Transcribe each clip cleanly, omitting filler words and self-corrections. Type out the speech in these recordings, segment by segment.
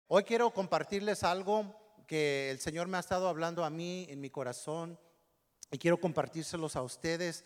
Hoy quiero compartirles algo que el Señor me ha estado hablando a mí en mi corazón y quiero compartírselos a ustedes.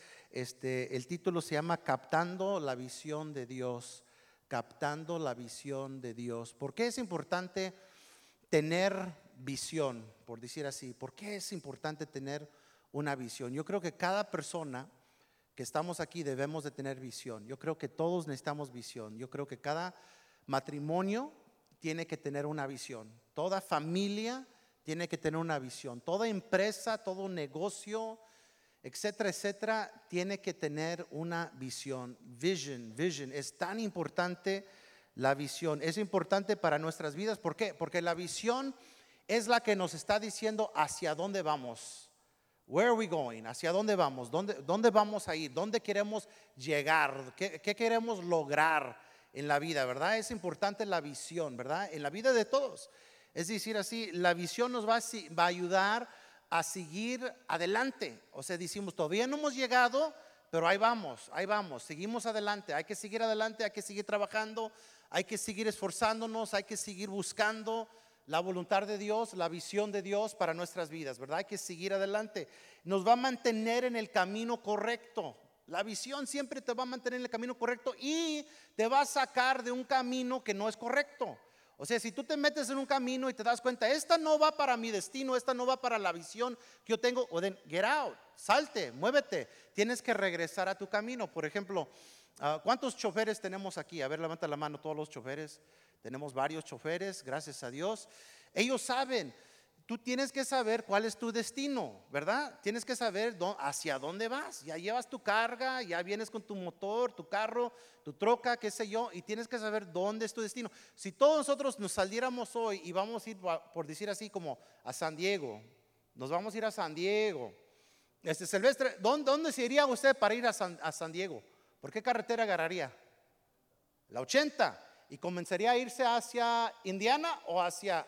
El título se llama Captando la visión de Dios. Captando la visión de Dios. ¿Por qué es importante tener visión? Por decir así, ¿por qué es importante tener una visión? Yo creo que cada persona que estamos aquí debemos de tener visión. Yo creo que todos necesitamos visión. Yo creo que cada matrimonio tiene que tener una visión. Toda familia tiene que tener una visión. Toda empresa, todo negocio, etcétera, etcétera, tiene que tener una visión. Vision. Es tan importante la visión. Es importante para nuestras vidas. ¿Por qué? Porque la visión es la que nos está diciendo hacia dónde vamos. Where are we going? ¿Hacia dónde vamos? ¿Dónde vamos a ir? ¿Dónde queremos llegar? ¿Qué queremos lograr en la vida? ¿Verdad? Es importante la visión, ¿verdad? En la vida de todos. Es decir, así, la visión nos va a ayudar a seguir adelante. O sea, decimos, todavía no hemos llegado, pero ahí vamos, seguimos adelante. Hay que seguir adelante, hay que seguir trabajando, hay que seguir esforzándonos, hay que seguir buscando la voluntad de Dios, la visión de Dios para nuestras vidas, ¿verdad? Hay que seguir adelante. Nos va a mantener en el camino correcto. La visión siempre te va a mantener en el camino correcto y te va a sacar de un camino que no es correcto. O sea, si tú te metes en un camino y te das cuenta, esta no va para mi destino, esta no va para la visión que yo tengo, o then get out, salte, muévete. Tienes que regresar a tu camino. Por ejemplo, ¿cuántos choferes tenemos aquí? A ver, levanta la mano todos los choferes. Tenemos varios choferes, gracias a Dios. Ellos saben, tú tienes que saber cuál es tu destino, ¿verdad? Tienes que saber hacia dónde vas. Ya llevas tu carga, ya vienes con tu motor, tu carro, tu troca, qué sé yo, y tienes que saber dónde es tu destino. Si todos nosotros nos saliéramos hoy y vamos a ir, por decir así, como a San Diego, nos vamos a ir a San Diego. Silvestre, ¿dónde se iría usted para ir a San Diego? ¿Por qué carretera agarraría? La 80. ¿Y comenzaría a irse hacia Indiana o hacia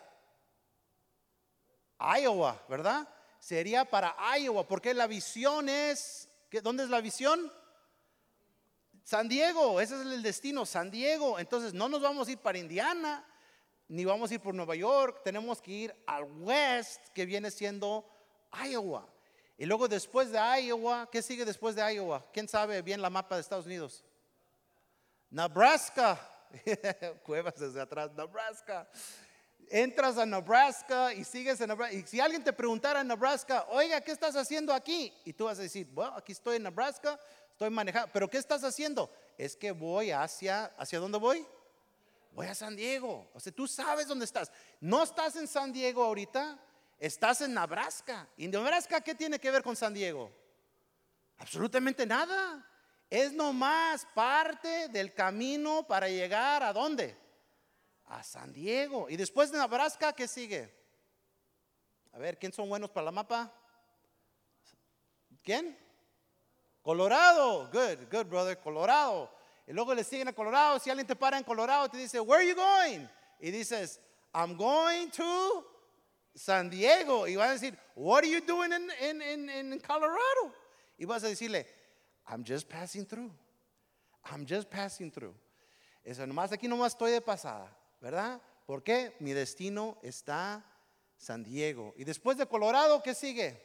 Iowa, verdad? Sería para Iowa, porque la visión es, ¿dónde es la visión? San Diego, ese es el destino, San Diego. Entonces no nos vamos a ir para Indiana, ni vamos a ir por Nueva York, tenemos que ir al west, que viene siendo Iowa. Y luego después de Iowa, ¿qué sigue después de Iowa? ¿Quién sabe bien la mapa de Estados Unidos? Nebraska. Cuevas desde atrás, Nebraska. Entras a Nebraska y sigues en Nebraska. Y si alguien te preguntara en Nebraska, oiga, ¿qué estás haciendo aquí? Y tú vas a decir, bueno, aquí estoy en Nebraska, estoy manejando. ¿Pero qué estás haciendo? Es que voy ¿hacia dónde voy? Voy a San Diego. O sea, tú sabes dónde estás. No estás en San Diego ahorita, estás en Nebraska. ¿Y Nebraska qué tiene que ver con San Diego? Absolutamente nada. Es nomás parte del camino para llegar ¿a dónde? A San Diego. Y después de Nebraska, ¿qué sigue? A ver, ¿quién son buenos para la mapa? ¿Quién? Colorado. Good brother, Colorado. Y luego le siguen a Colorado. Si alguien te para en Colorado, te dice, where are you going? Y dices, I'm going to San Diego. Y vas a decir, what are you doing in Colorado? Y vas a decirle, I'm just passing through. Eso nomás aquí nomás estoy de pasada, ¿verdad? Porque mi destino está San Diego. Y después de Colorado, ¿qué sigue?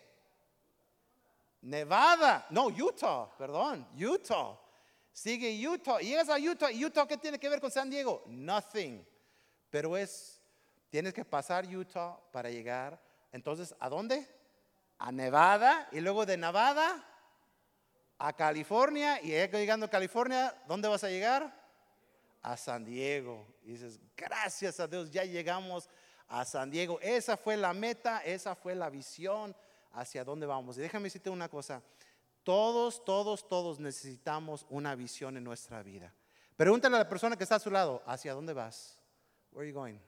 Nevada. No, Utah, perdón, Utah. Sigue Utah. Y llegas a Utah. ¿Y Utah qué tiene que ver con San Diego? Nothing. Pero tienes que pasar Utah para llegar. Entonces, ¿a dónde? A Nevada. Y luego de Nevada a California, y llegando a California, ¿dónde vas a llegar? A San Diego. Y dices, gracias a Dios, ya llegamos a San Diego. Esa fue la meta, esa fue la visión hacia dónde vamos. Y déjame decirte una cosa, todos necesitamos una visión en nuestra vida. Pregúntale a la persona que está a su lado, ¿hacia dónde vas? Where are you going?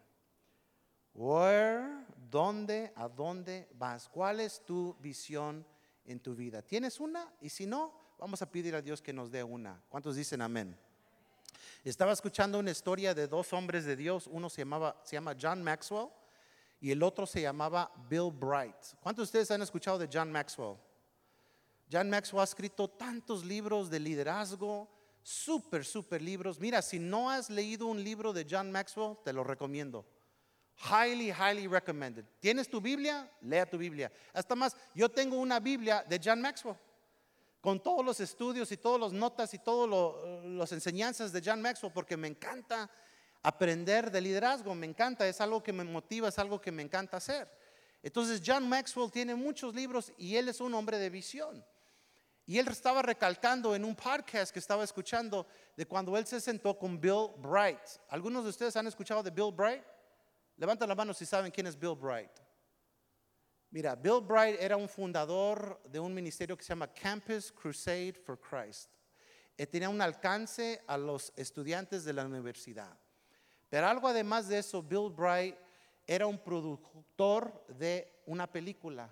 ¿A dónde vas? ¿Cuál es tu visión en tu vida? ¿Tienes una? Y si no, vamos a pedir a Dios que nos dé una. ¿Cuántos dicen amén? Estaba escuchando una historia de dos hombres de Dios. Uno se llama John Maxwell y el otro se llamaba Bill Bright. ¿Cuántos de ustedes han escuchado de John Maxwell? John Maxwell ha escrito tantos libros de liderazgo, súper libros. Mira, si no has leído un libro de John Maxwell, te lo recomiendo. Highly, highly recommended. ¿Tienes tu Biblia? Lea tu Biblia. Hasta más, yo tengo una Biblia de John Maxwell, con todos los estudios y todas las notas y todas las enseñanzas de John Maxwell, porque me encanta aprender de liderazgo, me encanta, es algo que me motiva, es algo que me encanta hacer. Entonces John Maxwell tiene muchos libros y él es un hombre de visión. Y él estaba recalcando en un podcast que estaba escuchando de cuando él se sentó con Bill Bright. ¿Algunos de ustedes han escuchado de Bill Bright? Levanten la mano si saben quién es Bill Bright. Mira, Bill Bright era un fundador de un ministerio que se llama Campus Crusade for Christ. Tenía un alcance a los estudiantes de la universidad. Pero algo además de eso, Bill Bright era un productor de una película.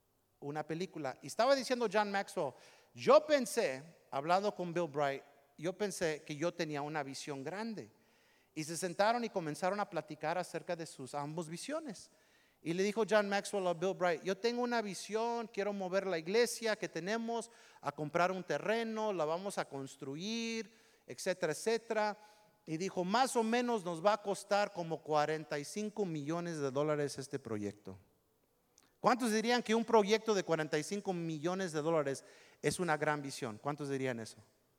Y estaba diciendo John Maxwell, yo pensé, hablando con Bill Bright, yo pensé que yo tenía una visión grande. Y se sentaron y comenzaron a platicar acerca de sus ambas visiones. Y le dijo John Maxwell a Bill Bright, yo tengo una visión, quiero mover la iglesia que tenemos a comprar un terreno, la vamos a construir, etcétera, etcétera. Y dijo, más o menos nos va a costar como $45 millones este proyecto. ¿Cuántos dirían que un proyecto de $45 millones es una gran visión? ¿Cuántos dirían eso?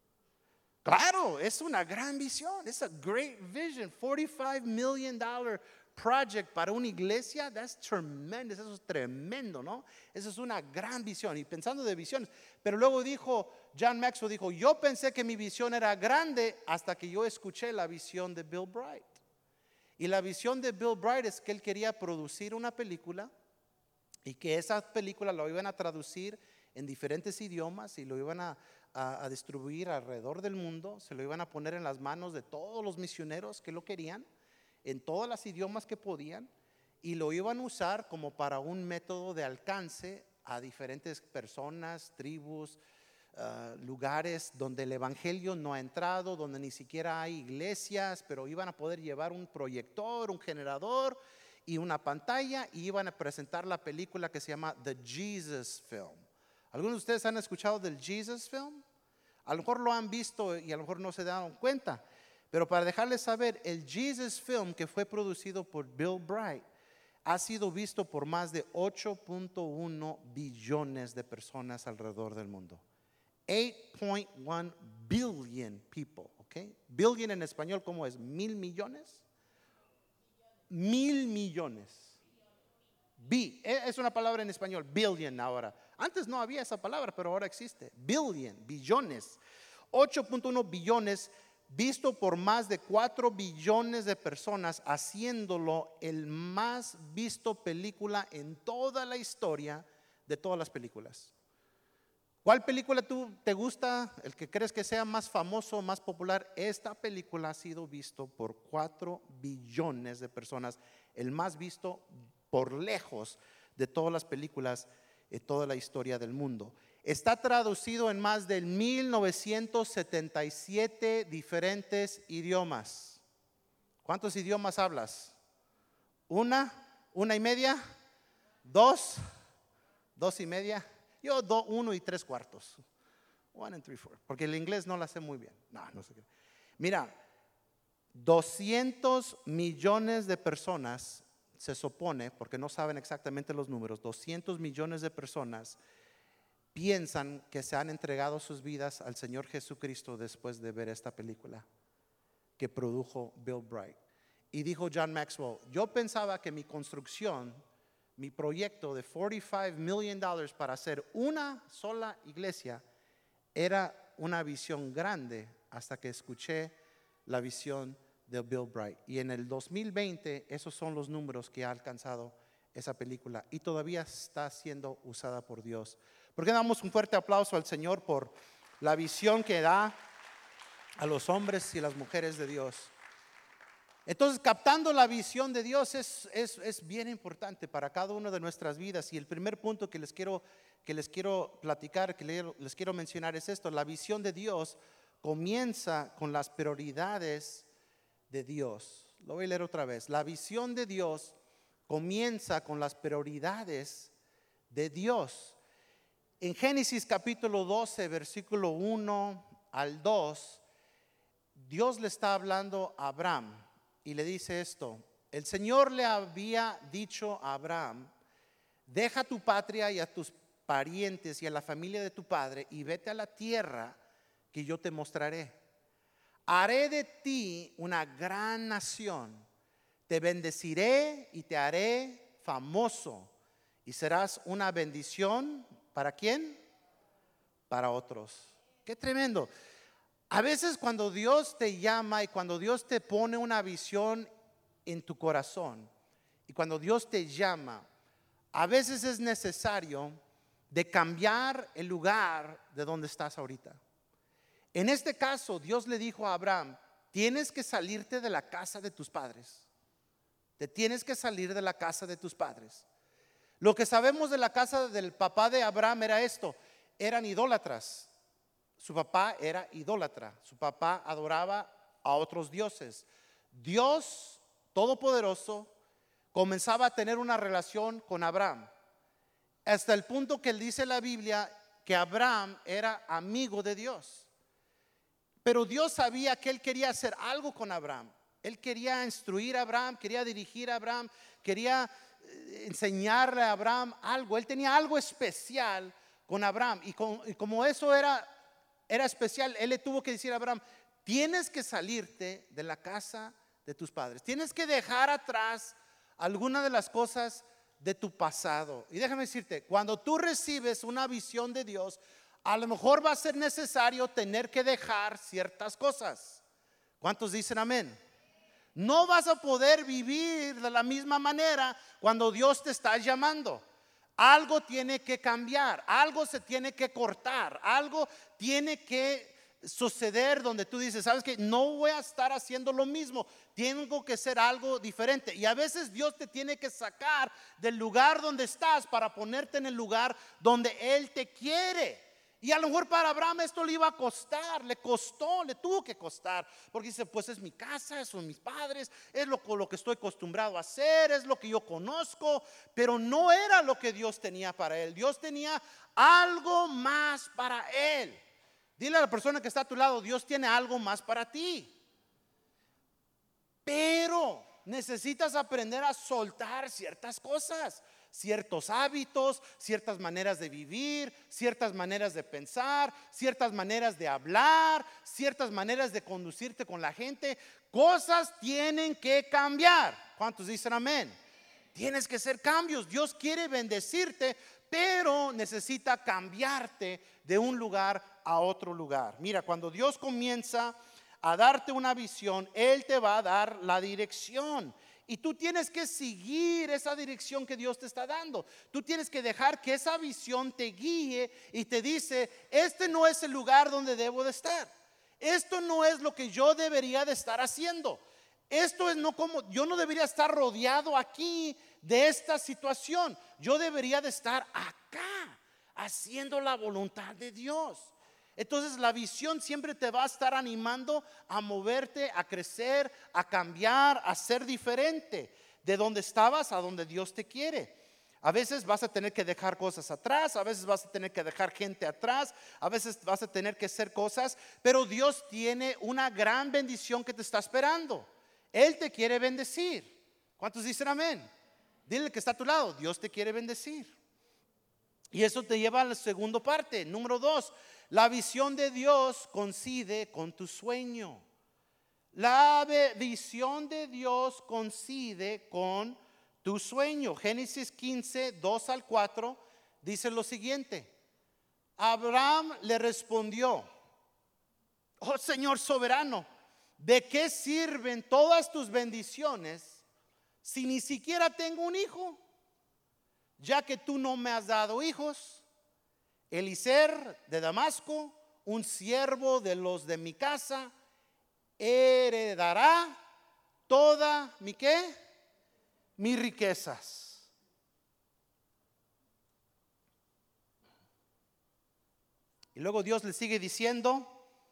Claro, es una gran visión. Es a great vision. $45 million project para una iglesia. That's tremendous. Eso es tremendo, ¿no? Eso es una gran visión. Y pensando de visiones. Pero luego John Maxwell dijo, yo pensé que mi visión era grande hasta que yo escuché la visión de Bill Bright. Y la visión de Bill Bright es que él quería producir una película y que esa película lo iban a traducir en diferentes idiomas y lo iban a distribuir alrededor del mundo, se lo iban a poner en las manos de todos los misioneros que lo querían, en todos los idiomas que podían, y lo iban a usar como para un método de alcance a diferentes personas, tribus, lugares donde el evangelio no ha entrado, donde ni siquiera hay iglesias, pero iban a poder llevar un proyector, un generador y una pantalla y iban a presentar la película que se llama The Jesus Film. ¿Algunos de ustedes han escuchado del Jesus Film? A lo mejor lo han visto y a lo mejor no se dan cuenta, pero para dejarles saber, el Jesus Film que fue producido por Bill Bright ha sido visto por más de 8.1 billones de personas alrededor del mundo. 8.1 billion people, ¿ok? Billion en español, ¿cómo es? ¿1,000 millones? 1,000 millones. Es una palabra en español, billion ahora. Antes no había esa palabra, pero ahora existe. Billion, billones. 8.1 billones visto por más de 4 billones de personas, haciéndolo el más visto película en toda la historia de todas las películas. ¿Cuál película te gusta? El que crees que sea más famoso, más popular. Esta película ha sido visto por 4 billones de personas, el más visto por lejos de todas las películas de toda la historia del mundo. Está traducido en más de 1977 diferentes idiomas. ¿Cuántos idiomas hablas? ¿Una y media? ¿Dos y media? Yo 1 3/4. 1 and 3/4. Porque el inglés no la sé muy bien. No sé qué. Mira, 200 millones de personas se supone, porque no saben exactamente los números, 200 millones de personas piensan que se han entregado sus vidas al Señor Jesucristo después de ver esta película que produjo Bill Bright. Y dijo John Maxwell, yo pensaba que mi construcción, mi proyecto de $45 million para hacer una sola iglesia era una visión grande hasta que escuché la visión de Bill Bright. Y en el 2020 esos son los números que ha alcanzado esa película y todavía está siendo usada por Dios. ¿Por qué damos un fuerte aplauso al Señor por la visión que da a los hombres y las mujeres de Dios? Entonces, captando la visión de Dios es bien importante para cada una de nuestras vidas. Y el primer punto que les quiero platicar, que les quiero mencionar es esto. La visión de Dios comienza con las prioridades de Dios. Lo voy a leer otra vez. La visión de Dios comienza con las prioridades de Dios. En Génesis capítulo 12, versículo 1 al 2, Dios le está hablando a Abraham y le dice esto: el Señor le había dicho a Abraham: deja tu patria y a tus parientes y a la familia de tu padre y vete a la tierra que yo te mostraré. Haré de ti una gran nación, te bendeciré y te haré famoso y serás una bendición. ¿Para quién? Para otros. Qué tremendo. A veces cuando Dios te llama y cuando Dios te pone una visión en tu corazón y cuando Dios te llama, a veces es necesario de cambiar el lugar de donde estás ahorita. En este caso, Dios le dijo a Abraham: tienes que salirte de la casa de tus padres. Te tienes que salir de la casa de tus padres. Lo que sabemos de la casa del papá de Abraham era esto: eran idólatras. Su papá era idólatra. Su papá adoraba a otros dioses. Dios Todopoderoso comenzaba a tener una relación con Abraham, hasta el punto que él dice en la Biblia que Abraham era amigo de Dios. Pero Dios sabía que él quería hacer algo con Abraham. Él quería instruir a Abraham, quería dirigir a Abraham, quería enseñarle a Abraham algo. Él tenía algo especial con Abraham. Y como eso era especial, él le tuvo que decir a Abraham: tienes que salirte de la casa de tus padres. Tienes que dejar atrás algunas de las cosas de tu pasado. Y déjame decirte, cuando tú recibes una visión de Dios, a lo mejor va a ser necesario tener que dejar ciertas cosas. ¿Cuántos dicen amén? No vas a poder vivir de la misma manera cuando Dios te está llamando. Algo tiene que cambiar, algo se tiene que cortar, algo tiene que suceder donde tú dices: sabes que no voy a estar haciendo lo mismo, tengo que hacer algo diferente. Y a veces Dios te tiene que sacar del lugar donde estás para ponerte en el lugar donde Él te quiere. Y a lo mejor para Abraham esto le iba a costar, le costó, le tuvo que costar, porque dice: pues es mi casa, son mis padres, es lo que estoy acostumbrado a hacer, es lo que yo conozco. Pero no era lo que Dios tenía para él. Dios tenía algo más para él. Dile a la persona que está a tu lado: Dios tiene algo más para ti. Pero necesitas aprender a soltar ciertas cosas, ciertos hábitos, ciertas maneras de vivir, ciertas maneras de pensar, ciertas maneras de hablar, ciertas maneras de conducirte con la gente. Cosas tienen que cambiar. ¿Cuántos dicen amén? Tienes que hacer cambios. Dios quiere bendecirte, pero necesita cambiarte de un lugar a otro lugar. Mira, cuando Dios comienza a darte una visión, Él te va a dar la dirección. Y tú tienes que seguir esa dirección que Dios te está dando. Tú tienes que dejar que esa visión te guíe y te dice: este no es el lugar donde debo de estar. Esto no es lo que yo debería de estar haciendo. Esto es no como yo no debería estar rodeado aquí de esta situación. Yo debería de estar acá haciendo la voluntad de Dios. Entonces la visión siempre te va a estar animando a moverte, a crecer, a cambiar, a ser diferente de donde estabas a donde Dios te quiere. A veces vas a tener que dejar cosas atrás, a veces vas a tener que dejar gente atrás, a veces vas a tener que hacer cosas, pero Dios tiene una gran bendición que te está esperando. Él te quiere bendecir. ¿Cuántos dicen amén? Dile que está a tu lado: Dios te quiere bendecir. Y eso te lleva a la segunda parte. Número 2, la visión de Dios coincide con tu sueño. La visión de Dios coincide con tu sueño. Génesis 15, 2 al 4 dice lo siguiente: Abraham le respondió: oh Señor soberano, ¿de qué sirven todas tus bendiciones si ni siquiera tengo un hijo? Ya que tú no me has dado hijos. Eliezer de Damasco, un siervo de los de mi casa, heredará toda mi ¿qué? Mis riquezas. Y luego Dios le sigue diciendo,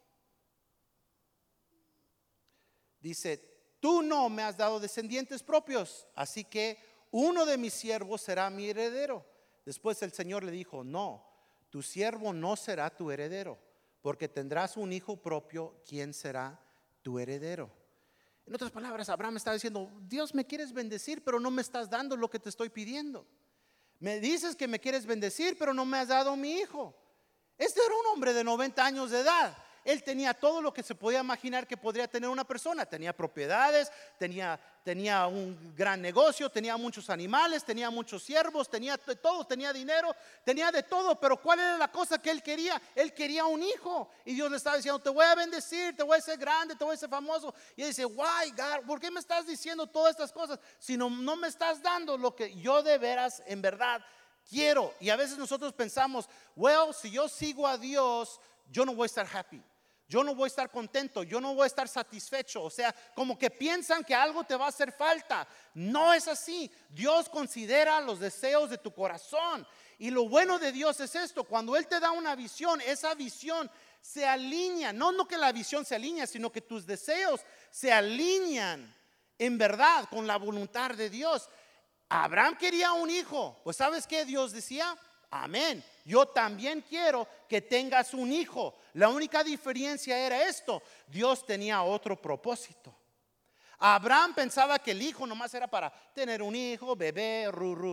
dice: tú no me has dado descendientes propios, así que uno de mis siervos será mi heredero. Después el Señor le dijo: no, tu siervo no será tu heredero, porque tendrás un hijo propio, quien será tu heredero. En otras palabras, Abraham estaba diciendo, Dios, me quieres bendecir, pero no me estás dando lo que te estoy pidiendo. Me dices que me quieres bendecir, pero no me has dado mi hijo. Este era un hombre de 90 años de edad. Él tenía todo lo que se podía imaginar que podría tener una persona. Tenía propiedades, tenía un gran negocio, tenía muchos animales, tenía muchos siervos, tenía de todo, tenía dinero, tenía de todo. Pero ¿cuál era la cosa que él quería? Él quería un hijo. Y Dios le estaba diciendo, te voy a bendecir, te voy a hacer grande, te voy a hacer famoso. Y él dice, why God, ¿por qué me estás diciendo todas estas cosas si no me estás dando lo que yo de veras en verdad quiero? Y a veces nosotros pensamos, well, si yo sigo a Dios, yo no voy a estar happy, yo no voy a estar contento, yo no voy a estar satisfecho. O sea, como que piensan que algo te va a hacer falta. No es así. Dios considera los deseos de tu corazón. Y lo bueno de Dios es esto: cuando Él te da una visión, esa visión se alinea. No que la visión se alinea, sino que tus deseos se alinean en verdad con la voluntad de Dios. Abraham quería un hijo. Pues ¿sabes qué Dios decía? Amén. Yo también quiero que tengas un hijo. La única diferencia era esto: Dios tenía otro propósito. Abraham pensaba que el hijo nomás era para tener un hijo, bebé,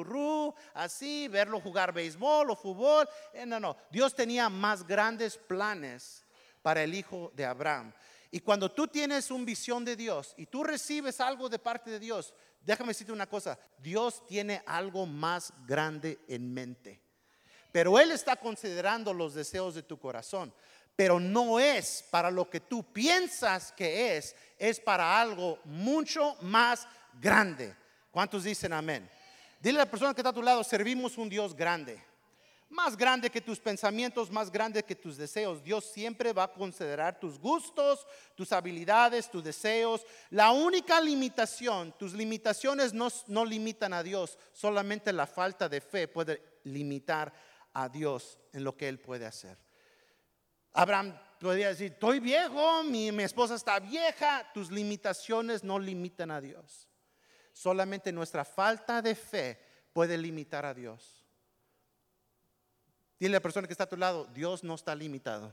así, verlo jugar béisbol o fútbol. No. Dios tenía más grandes planes para el hijo de Abraham. Y cuando tú tienes una visión de Dios y tú recibes algo de parte de Dios, déjame decirte una cosa: Dios tiene algo más grande en mente. Pero Él está considerando los deseos de tu corazón. Pero no es para lo que tú piensas que es para algo mucho más grande. ¿Cuántos dicen amén? Dile a la persona que está a tu lado: servimos un Dios grande. Más grande que tus pensamientos, más grande que tus deseos. Dios siempre va a considerar tus gustos, tus habilidades, tus deseos. La única limitación, tus limitaciones no limitan a Dios. Solamente la falta de fe puede limitar a Dios en lo que Él puede hacer. Abraham podría decir: estoy viejo, mi esposa está vieja. Tus limitaciones no limitan a Dios. Solamente nuestra falta de fe puede limitar a Dios. Dile a la persona que está a tu lado: Dios no está limitado.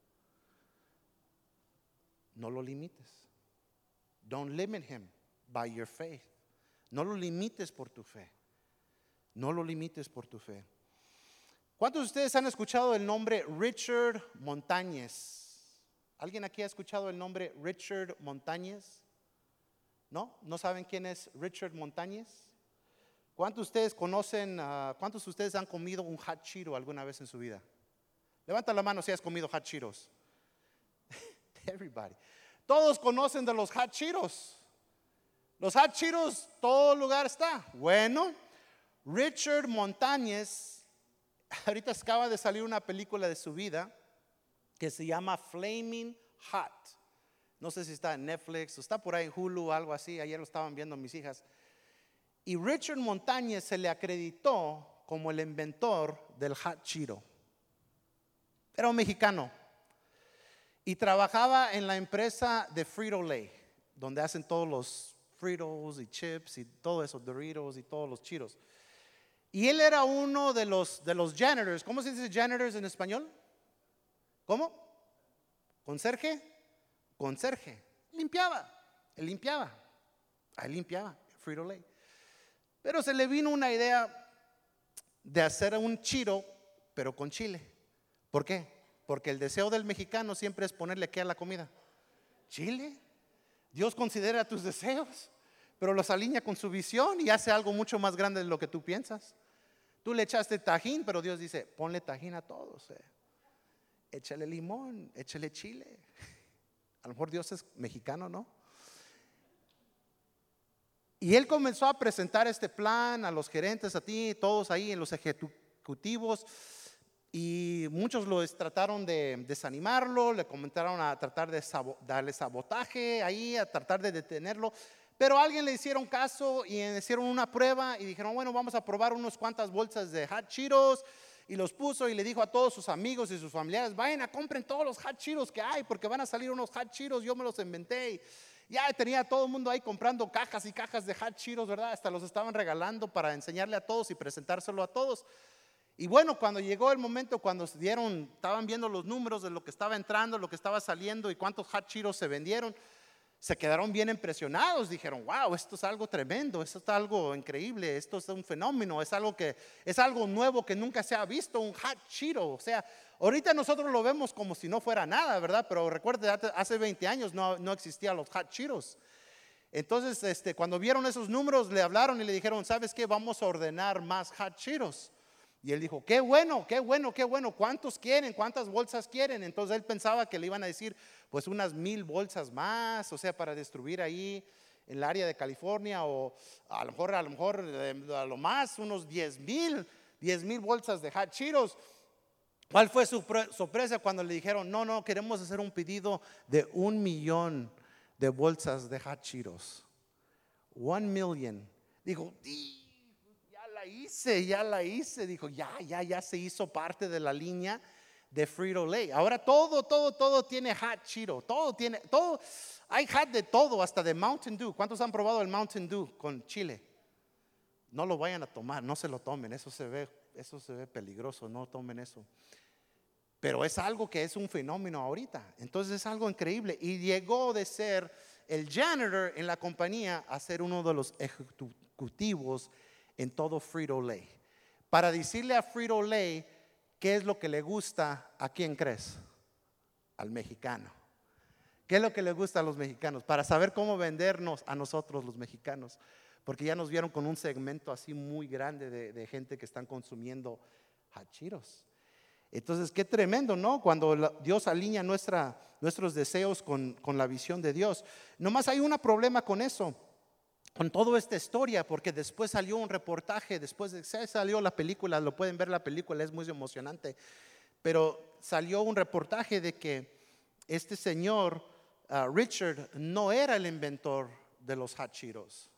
No lo limites. Don't limit Him by your faith. No lo limites por tu fe. No lo limites por tu fe. ¿Cuántos de ustedes han escuchado el nombre Richard Montañez? ¿Alguien aquí ha escuchado el nombre Richard Montañez? ¿No? ¿No saben quién es Richard Montañez? ¿Cuántos de ustedes conocen, cuántos de ustedes han comido un hot Cheeto alguna vez en su vida? Levanta la mano si has comido hot Cheetos. Everybody. Todos conocen de los hot Cheetos. Los hot Cheetos, todo lugar está. Bueno, Richard Montañez, ahorita acaba de salir una película de su vida que se llama Flaming Hot. No sé si está en Netflix o está por ahí en Hulu o algo así. Ayer lo estaban viendo mis hijas. Y Richard Montañez se le acreditó como el inventor del hot Cheeto. Era un mexicano y trabajaba en la empresa de Frito-Lay, donde hacen todos los Fritos y chips y todo eso, Doritos y todos los Cheetos. Y él era uno de los janitors. ¿Cómo se dice janitors en español? ¿Cómo? ¿Conserje? Conserje. Limpiaba. Él limpiaba. Ahí limpiaba Frito-Lay. Pero se le vino una idea de hacer un Cheeto, pero con chile. ¿Por qué? Porque el deseo del mexicano siempre es ponerle ¿qué a la comida? Chile. Dios considera tus deseos, pero los alinea con su visión y hace algo mucho más grande de lo que tú piensas. Tú le echaste tajín, pero Dios dice: ponle tajín a todos. Échale limón, échale chile. A lo mejor Dios es mexicano, ¿no? Y él comenzó a presentar este plan a los gerentes, a ti, todos ahí en los ejecutivos. Y muchos trataron de desanimarlo, le comentaron a tratar de darle sabotaje ahí, a tratar de detenerlo. Pero a alguien le hicieron caso y hicieron una prueba y dijeron: bueno, vamos a probar unas cuantas bolsas de hot Cheetos. Y los puso y le dijo a todos sus amigos y sus familiares: vayan a compren todos los hot Cheetos que hay, porque van a salir unos hot Cheetos, yo me los inventé. Ya tenía todo el mundo ahí comprando cajas y cajas de hot Cheetos, ¿verdad? Hasta los estaban regalando para enseñarle a todos y presentárselo a todos. Y bueno, cuando llegó el momento, cuando estaban viendo los números de lo que estaba entrando, lo que estaba saliendo y cuántos hot Cheetos se vendieron, se quedaron bien impresionados, dijeron, wow, esto es algo tremendo, esto es algo increíble, esto es un fenómeno, es algo nuevo que nunca se ha visto, un hot Cheeto. O sea, ahorita nosotros lo vemos como si no fuera nada, ¿verdad? Pero recuerde, hace 20 años no existían los hot Cheetos. Entonces, cuando vieron esos números, le hablaron y le dijeron, ¿sabes qué? Vamos a ordenar más hot Cheetos. Y él dijo, qué bueno, qué bueno, qué bueno. ¿Cuántos quieren? ¿Cuántas bolsas quieren? Entonces él pensaba que le iban a decir, pues unas 1000 bolsas más, o sea, para distribuir ahí en el área de California, o a lo mejor, a lo más unos 10,000 bolsas de hot Cheetos. ¿Cuál fue su sorpresa cuando le dijeron, no, queremos hacer un pedido de 1,000,000 de bolsas de hot Cheetos? 1,000,000. Dijo, ya la hice. Dijo, ya se hizo parte de la línea de Frito-Lay. Ahora todo tiene hot Cheeto. Todo. Hay hot de todo, hasta de Mountain Dew. ¿Cuántos han probado el Mountain Dew con chile? No lo vayan a tomar, no se lo tomen. Eso se ve peligroso, no tomen eso. Pero es algo que es un fenómeno ahorita. Entonces es algo increíble. Y llegó de ser el janitor en la compañía a ser uno de los ejecutivos en todo Frito-Lay. Para decirle a Frito-Lay qué es lo que le gusta, ¿a quién crees? Al mexicano. ¿Qué es lo que le gusta a los mexicanos? Para saber cómo vendernos a nosotros los mexicanos. Porque ya nos vieron con un segmento así muy grande de gente que están consumiendo hot Cheetos. Entonces, qué tremendo, ¿no? Cuando Dios alinea nuestros deseos con la visión de Dios. Nomás hay un problema con eso, con toda esta historia, porque después salió un reportaje, después salió la película, lo pueden ver la película, es muy emocionante, pero salió un reportaje de que este señor, Richard, no era el inventor de los hot Cheetos.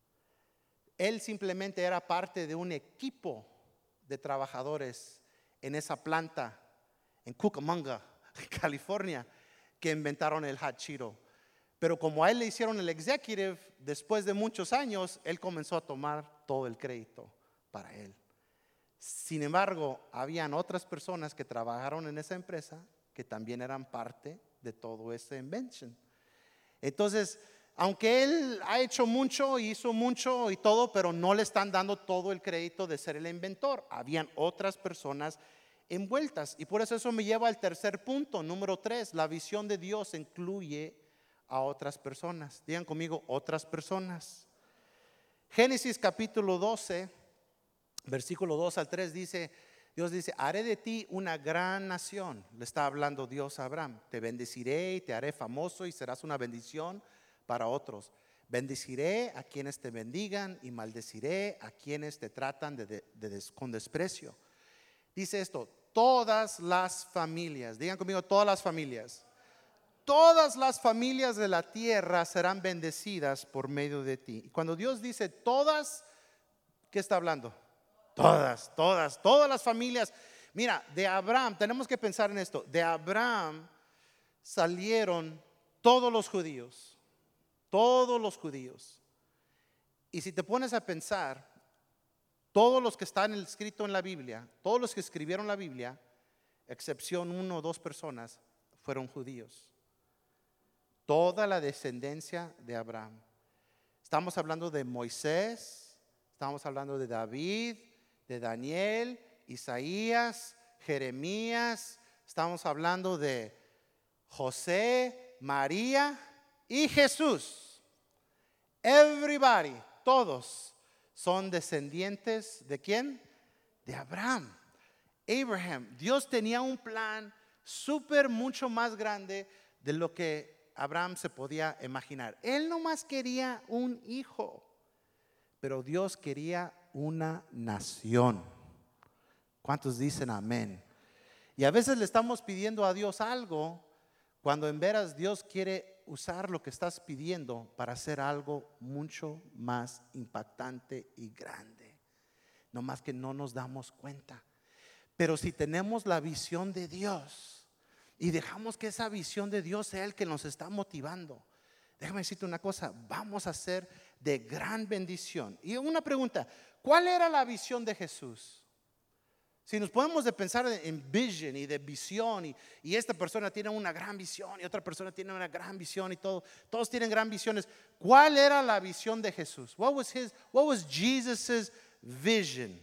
Él simplemente era parte de un equipo de trabajadores en esa planta en Cucamonga, California, que inventaron el hot Cheeto. Pero como a él le hicieron el executive, después de muchos años, él comenzó a tomar todo el crédito para él. Sin embargo, habían otras personas que trabajaron en esa empresa que también eran parte de todo ese invention. Entonces, aunque él ha hecho mucho, hizo mucho y todo, pero no le están dando todo el crédito de ser el inventor. Habían otras personas envueltas. Y por eso me lleva al tercer punto, número 3. La visión de Dios incluye a otras personas. Digan conmigo, otras personas. Génesis capítulo 12, versículo 2 al 3 dice, Dios dice, haré de ti una gran nación. Le está hablando Dios a Abraham. Te bendeciré y te haré famoso y serás una bendición para otros. Bendeciré a quienes te bendigan y maldeciré a quienes te tratan con desprecio. Dice esto, todas las familias, digan conmigo, todas las familias de la tierra serán bendecidas por medio de ti. Y cuando Dios dice todas, ¿qué está hablando? Todas las familias. Mira, de Abraham, tenemos que pensar en esto, de Abraham salieron todos los judíos. Y si te pones a pensar, todos los que están escritos en la Biblia, todos los que escribieron la Biblia, excepción 1 o 2 personas, fueron judíos. Toda la descendencia de Abraham. Estamos hablando de Moisés, estamos hablando de David, de Daniel, Isaías, Jeremías, estamos hablando de José, María y Jesús. Everybody, todos son descendientes ¿de quién? De Abraham. Abraham. Dios tenía un plan mucho más grande de lo que Abraham se podía imaginar. Él nomás quería un hijo, pero Dios quería una nación. ¿Cuántos dicen amén? Y a veces le estamos pidiendo a Dios algo cuando en veras Dios quiere usar lo que estás pidiendo para hacer algo mucho más impactante y grande. No más que no nos damos cuenta. Pero si tenemos la visión de Dios y dejamos que esa visión de Dios sea el que nos está motivando, déjame decirte una cosa, vamos a ser de gran bendición. Y una pregunta, ¿cuál era la visión de Jesús? Si nos podemos de pensar en vision y de visión y esta persona tiene una gran visión y otra persona tiene una gran visión y todos tienen gran visiones. ¿Cuál era la visión de Jesús? What was Jesus's vision?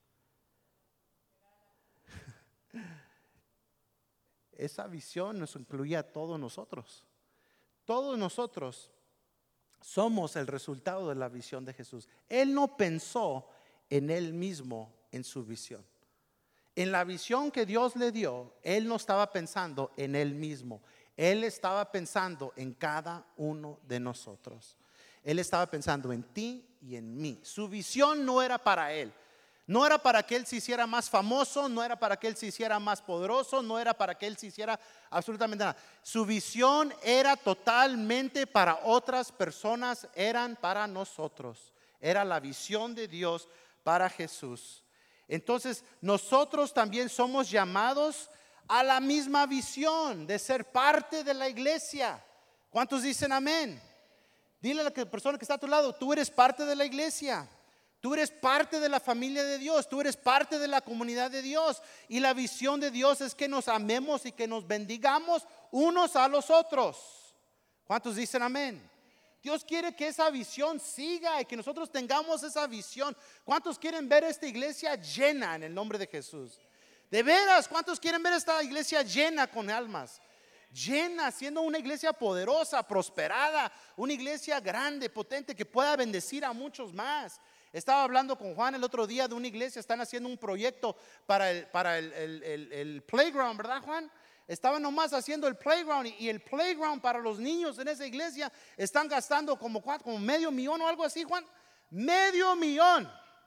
Esa visión nos incluía a todos nosotros. Todos nosotros somos el resultado de la visión de Jesús. Él no pensó en él mismo en su visión. En la visión que Dios le dio, Él no estaba pensando en Él mismo. Él estaba pensando en cada uno de nosotros. Él estaba pensando en ti y en mí. Su visión no era para Él. No era para que Él se hiciera más famoso, no era para que Él se hiciera más poderoso, no era para que Él se hiciera absolutamente nada. Su visión era totalmente para otras personas, eran para nosotros. Era la visión de Dios para Jesús. Entonces nosotros también somos llamados a la misma visión de ser parte de la iglesia. ¿Cuántos dicen amén? Dile a la persona que está a tu lado, tú eres parte de la iglesia. Tú eres parte de la familia de Dios, tú eres parte de la comunidad de Dios. Y la visión de Dios es que nos amemos y que nos bendigamos unos a los otros. ¿Cuántos dicen amén? Dios quiere que esa visión siga y que nosotros tengamos esa visión. ¿Cuántos quieren ver esta iglesia llena en el nombre de Jesús? De veras, ¿cuántos quieren ver esta iglesia llena con almas? Llena, siendo una iglesia poderosa, prosperada, una iglesia grande, potente, que pueda bendecir a muchos más. Estaba hablando con Juan el otro día de una iglesia, están haciendo un proyecto para el playground, ¿verdad, Juan? Estaban nomás haciendo el playground y el playground para los niños en esa iglesia están gastando como $500,000 o algo así, Juan. $500,000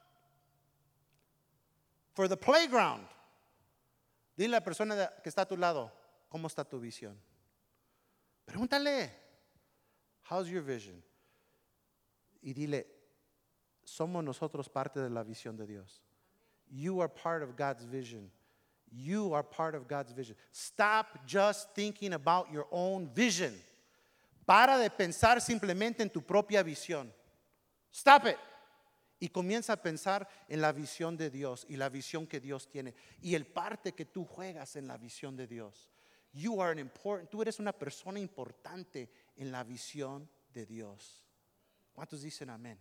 for the playground. Dile a la persona que está a tu lado, ¿cómo está tu visión? Pregúntale, how's your vision? Y dile, somos nosotros parte de la visión de Dios. You are part of God's vision. You are part of God's vision. Stop just thinking about your own vision. Para de pensar simplemente en tu propia visión. Stop it. Y comienza a pensar en la visión de Dios y la visión que Dios tiene y el parte que tú juegas en la visión de Dios. Tú eres una persona importante en la visión de Dios. ¿Cuántos dicen amén?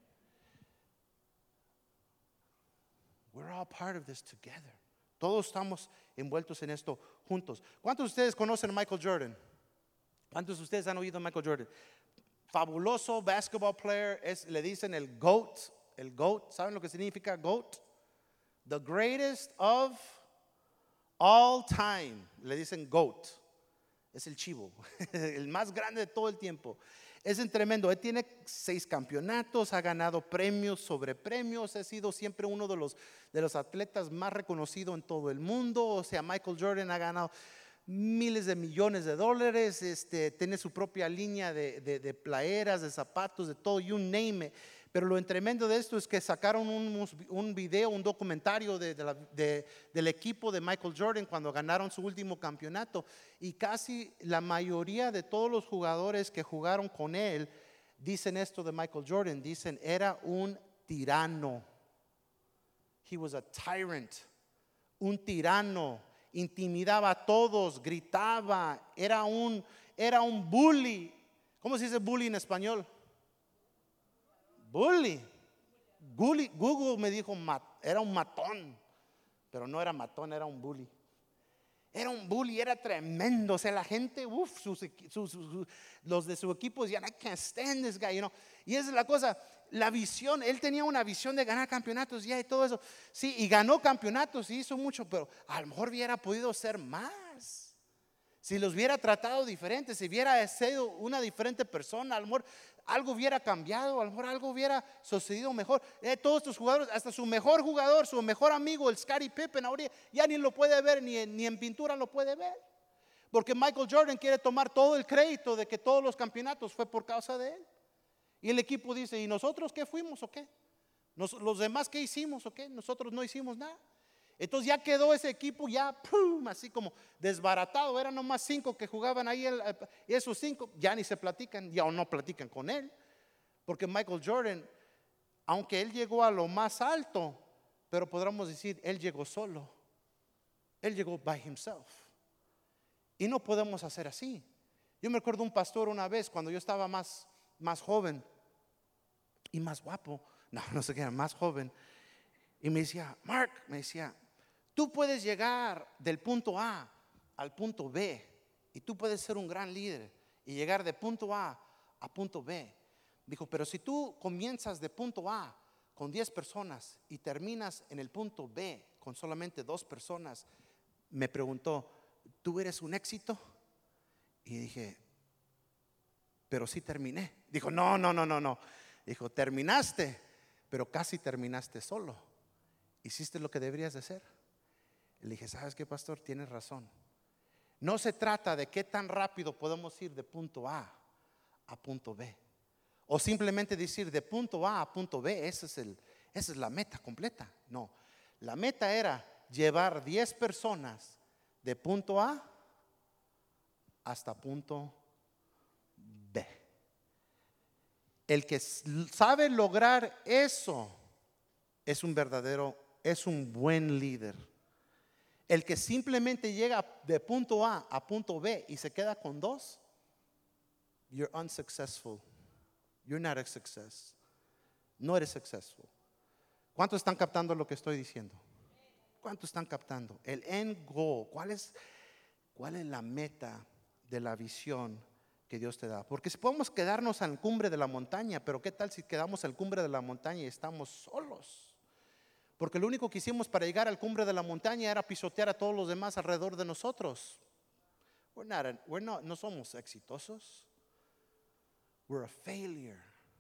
We're all part of this together. Todos estamos envueltos en esto juntos. ¿Cuántos de ustedes conocen a Michael Jordan? ¿Cuántos de ustedes han oído a Michael Jordan? Fabuloso basketball player, le dicen el GOAT. El GOAT, ¿saben lo que significa GOAT? The greatest of all time. Le dicen GOAT. Es el chivo, el más grande de todo el tiempo. Es tremendo. Él tiene 6 campeonatos, ha ganado premios sobre premios, ha sido siempre uno de los atletas más reconocidos en todo el mundo. O sea, Michael Jordan ha ganado miles de millones de dólares, tiene su propia línea de playeras, de zapatos, de todo, you name it. Pero lo tremendo de esto es que sacaron un video, un documentario del equipo de Michael Jordan cuando ganaron su último campeonato. Y casi la mayoría de todos los jugadores que jugaron con él dicen esto de Michael Jordan. Dicen, era un tirano. He was a tyrant. Un tirano. Intimidaba a todos, gritaba. Era un bully. ¿Cómo se dice bully en español? Bully. Google me dijo era un matón, pero no era matón, era un bully. Era un bully, era tremendo. O sea, la gente, los de su equipo decían, I can't stand this guy, Y esa es la cosa, la visión. Él tenía una visión de ganar campeonatos y todo eso. Sí, y ganó campeonatos y hizo mucho, pero a lo mejor hubiera podido ser más. Si los hubiera tratado diferente, si hubiera sido una diferente persona, a lo mejor algo hubiera cambiado, a lo mejor algo hubiera sucedido mejor. Todos estos jugadores, hasta su mejor jugador, su mejor amigo, el Scottie Pippen, ahora ya ni lo puede ver, ni en pintura lo puede ver. Porque Michael Jordan quiere tomar todo el crédito de que todos los campeonatos fue por causa de él. Y el equipo dice, ¿y nosotros qué fuimos o qué? ¿Los demás qué hicimos o qué? Nosotros no hicimos nada. Entonces ya quedó ese equipo ya así como desbaratado. Eran nomás 5 que jugaban ahí y esos 5 ya ni se platican, ya no platican con él. Porque Michael Jordan, aunque él llegó a lo más alto, pero podríamos decir, él llegó solo. Él llegó by himself. Y no podemos hacer así. Yo me acuerdo un pastor una vez cuando yo estaba más joven y más guapo. No sé qué era, más joven. Y me decía, Mark, me decía, tú puedes llegar del punto A al punto B. Y tú puedes ser un gran líder y llegar de punto A punto B. Dijo, pero si tú comienzas de punto A con 10 personas y terminas en el punto B con solamente 2 personas, me preguntó, ¿tú eres un éxito? Y dije, pero sí terminé. Dijo, no. Dijo, terminaste, pero casi terminaste solo. Hiciste lo que deberías de hacer. Le dije, ¿sabes qué, pastor? Tienes razón. No se trata de qué tan rápido podemos ir de punto A punto B. O simplemente decir de punto A punto B, esa es la meta completa. No, la meta era llevar 10 personas de punto A hasta punto B. El que sabe lograr eso es un buen líder. El que simplemente llega de punto A punto B y se queda con 2, you're unsuccessful. You're not a success. No eres successful. ¿Cuántos están captando lo que estoy diciendo? ¿Cuántos están captando? El end goal. ¿Cuál es la meta de la visión que Dios te da? Porque si podemos quedarnos en la cumbre de la montaña, pero ¿qué tal si quedamos en la cumbre de la montaña y estamos solos? Porque lo único que hicimos para llegar al cumbre de la montaña era pisotear a todos los demás alrededor de nosotros. No somos exitosos. We're a failure.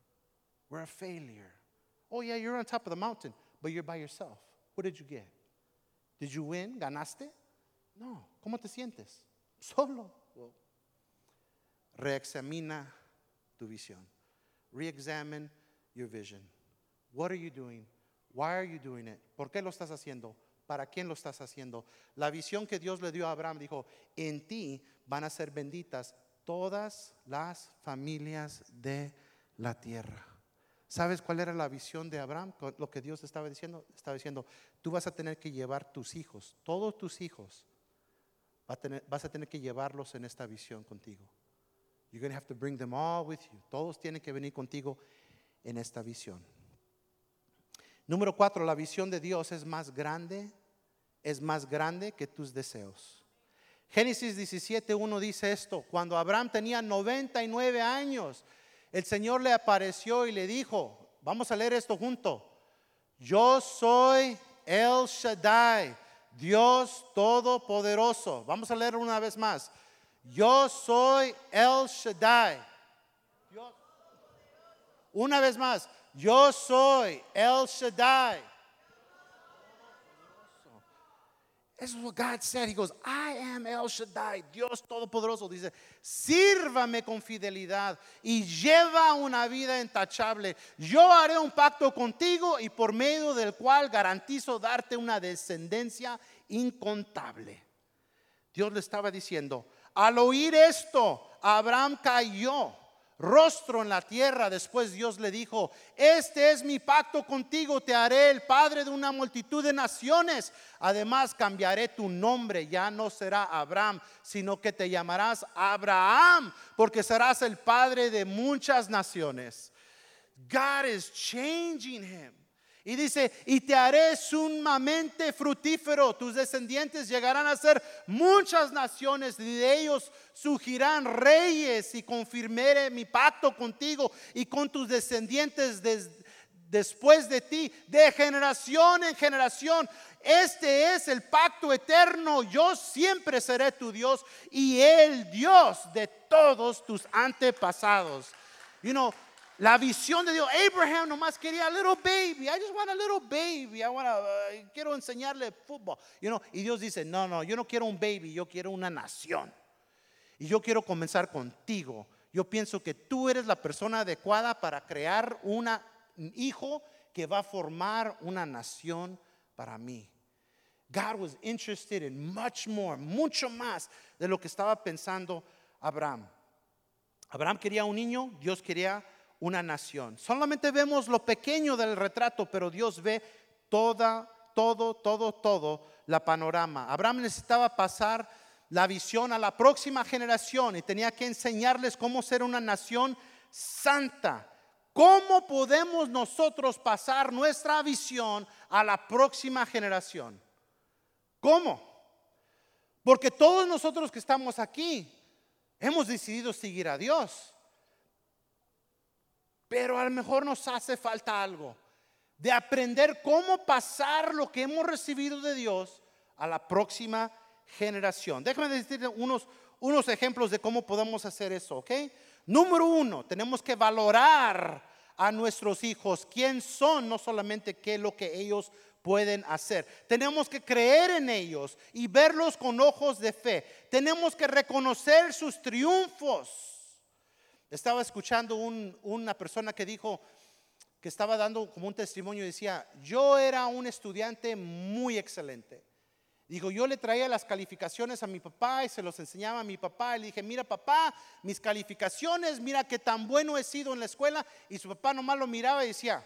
Oh yeah, you're on top of the mountain, but you're by yourself. What did you get? Did you win? ¿Ganaste? No. ¿Cómo te sientes? Solo. Reexamina tu visión. Reexamine your vision. What are you doing? Why are you doing it? ¿Por qué lo estás haciendo? ¿Para quién lo estás haciendo? La visión que Dios le dio a Abraham dijo, en ti van a ser benditas todas las familias de la tierra. ¿Sabes cuál era la visión de Abraham? Lo que Dios estaba diciendo, tú vas a tener que llevar tus hijos, todos tus hijos, vas a tener que llevarlos en esta visión contigo. You're going to have to bring them all with you. Todos tienen que venir contigo en esta visión. Número 4, la visión de Dios es más grande que tus deseos. Génesis 17:1 dice esto: cuando Abraham tenía 99 años, el Señor le apareció y le dijo, vamos a leer esto junto, yo soy El Shaddai, Dios Todopoderoso. Vamos a leer una vez más. Yo soy El Shaddai. Una vez más. Yo soy El Shaddai. Eso es what God said. He goes, I am El Shaddai, Dios Todopoderoso. Dice, sírvame con fidelidad y lleva una vida intachable. Yo haré un pacto contigo y por medio del cual garantizo darte una descendencia incontable. Dios le estaba diciendo, al oír esto, Abraham cayó rostro en la tierra. Después Dios le dijo, este es mi pacto contigo, te haré el padre de una multitud de naciones. Además cambiaré tu nombre, ya no será Abraham, sino que te llamarás Abraham, porque serás el padre de muchas naciones. God is changing him. Y dice, y te haré sumamente fructífero. Tus descendientes llegarán a ser muchas naciones, y de ellos surgirán reyes, y confirmaré mi pacto contigo y con tus descendientes después de ti, de generación en generación. Este es el pacto eterno. Yo siempre seré tu Dios y el Dios de todos tus antepasados. La visión de Dios. Abraham nomás quería a little baby. I just want a little baby. Quiero enseñarle fútbol. Y Dios dice, no, yo no quiero un baby, yo quiero una nación. Y yo quiero comenzar contigo. Yo pienso que tú eres la persona adecuada para crear un hijo que va a formar una nación para mí. God was interested in much more, mucho más de lo que estaba pensando Abraham. Abraham quería un niño, Dios quería una nación. Solamente vemos lo pequeño del retrato, pero Dios ve toda todo la panorama. Abraham necesitaba pasar la visión a la próxima generación y tenía que enseñarles cómo ser una nación santa. ¿Cómo podemos nosotros pasar nuestra visión a la próxima generación? ¿Cómo? Porque todos nosotros que estamos aquí hemos decidido seguir a Dios, pero a lo mejor nos hace falta algo de aprender cómo pasar lo que hemos recibido de Dios a la próxima generación. Déjame decirte unos ejemplos de cómo podemos hacer eso, ¿ok? Número 1, tenemos que valorar a nuestros hijos, quién son, no solamente qué es lo que ellos pueden hacer. Tenemos que creer en ellos y verlos con ojos de fe. Tenemos que reconocer sus triunfos. Estaba escuchando una persona que dijo, que estaba dando como un testimonio y decía, yo era un estudiante muy excelente. Digo, yo le traía las calificaciones a mi papá y se los enseñaba a mi papá. Y le dije, mira papá, mis calificaciones, mira qué tan bueno he sido en la escuela. Y su papá nomás lo miraba y decía,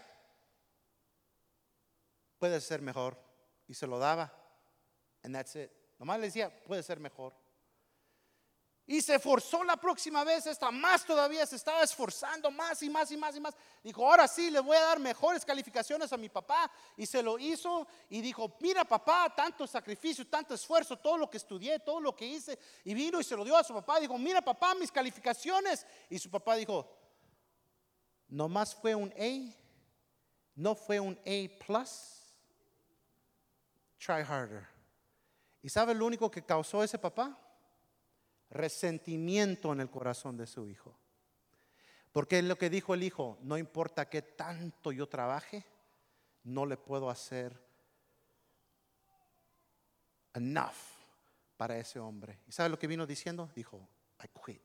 puede ser mejor. Y se lo daba. And that's it. Nomás le decía, puede ser mejor. Y se esforzó la próxima vez, hasta más todavía, se estaba esforzando más y más y más y más. Dijo, ahora sí, le voy a dar mejores calificaciones a mi papá. Y se lo hizo y dijo, mira papá, tanto sacrificio, tanto esfuerzo, todo lo que estudié, todo lo que hice. Y vino y se lo dio a su papá. Dijo, mira papá, mis calificaciones. Y su papá dijo, nomás fue un A, no fue un A+. Try harder. ¿Y sabe lo único que causó ese papá? Resentimiento en el corazón de su hijo. Porque es lo que dijo el hijo, no importa qué tanto yo trabaje, no le puedo hacer enough para ese hombre. ¿Y sabe lo que vino diciendo? Dijo, I quit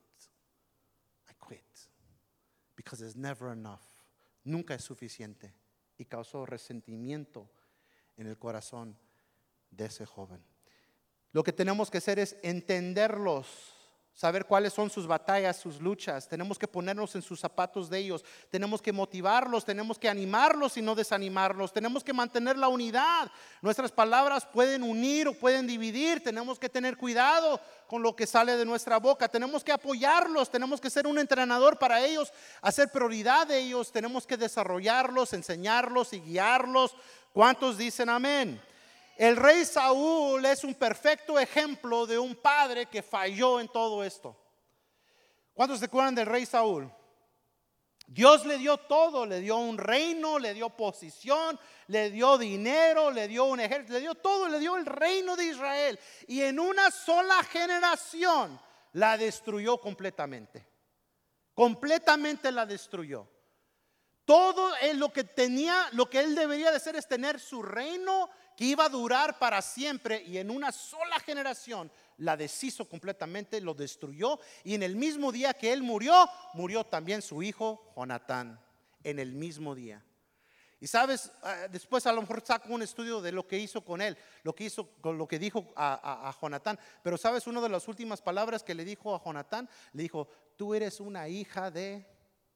because it's never enough. Nunca es suficiente. Y causó resentimiento en el corazón de ese joven. Lo que tenemos que hacer es entenderlos, saber cuáles son sus batallas, sus luchas. Tenemos que ponernos en sus zapatos de ellos. Tenemos que motivarlos, tenemos que animarlos y no desanimarlos. Tenemos que mantener la unidad. Nuestras palabras pueden unir o pueden dividir. Tenemos que tener cuidado con lo que sale de nuestra boca. Tenemos que apoyarlos, tenemos que ser un entrenador para ellos, hacer prioridad de ellos. Tenemos que desarrollarlos, enseñarlos y guiarlos. ¿Cuántos dicen amén? El rey Saúl es un perfecto ejemplo de un padre que falló en todo esto. ¿Cuántos se acuerdan del rey Saúl? Dios le dio todo, le dio un reino, le dio posición, le dio dinero, le dio un ejército, le dio todo, le dio el reino de Israel. Y en una sola generación la destruyó completamente. Completamente la destruyó. Todo lo que tenía, lo que él debería de hacer es tener su reino que iba a durar para siempre, y en una sola generación la deshizo completamente, lo destruyó. Y en el mismo día que él murió, murió también su hijo Jonatán, en el mismo día. Y sabes, después a lo mejor saco un estudio de lo que hizo con él, lo que hizo con lo que dijo a Jonatán. Pero sabes, una de las últimas palabras que le dijo a Jonatán, le dijo, tú eres una hija de...